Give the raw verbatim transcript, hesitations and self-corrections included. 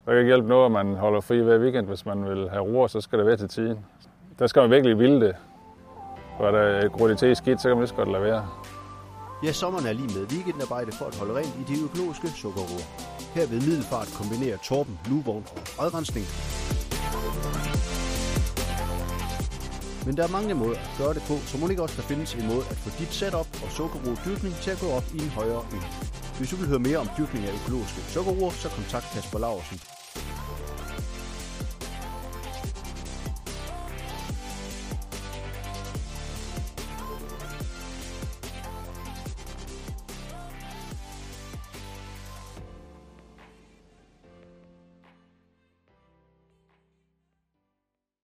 Der kan ikke hjælpe noget, at man holder fri hver weekend. Hvis man vil have ro, så skal det være til tiden. Der skal man virkelig ville det. For der er grådigt til skidt, så kan man lige så godt lade være. Ja, sommeren er lige med weekendarbejde for at holde rent i de økologiske sukkerroer. Her ved Middelfart kombinerer Torben lugvogn og odrensning. Men der er mange måder at gøre det på, så må det ikke også der findes en måde at få dit setup og sukkerroedyrkning til at gå op i en højere ø. Hvis du vil høre mere om dyrkning af økologiske sukkerroer, så kontakt Kasper Laursen.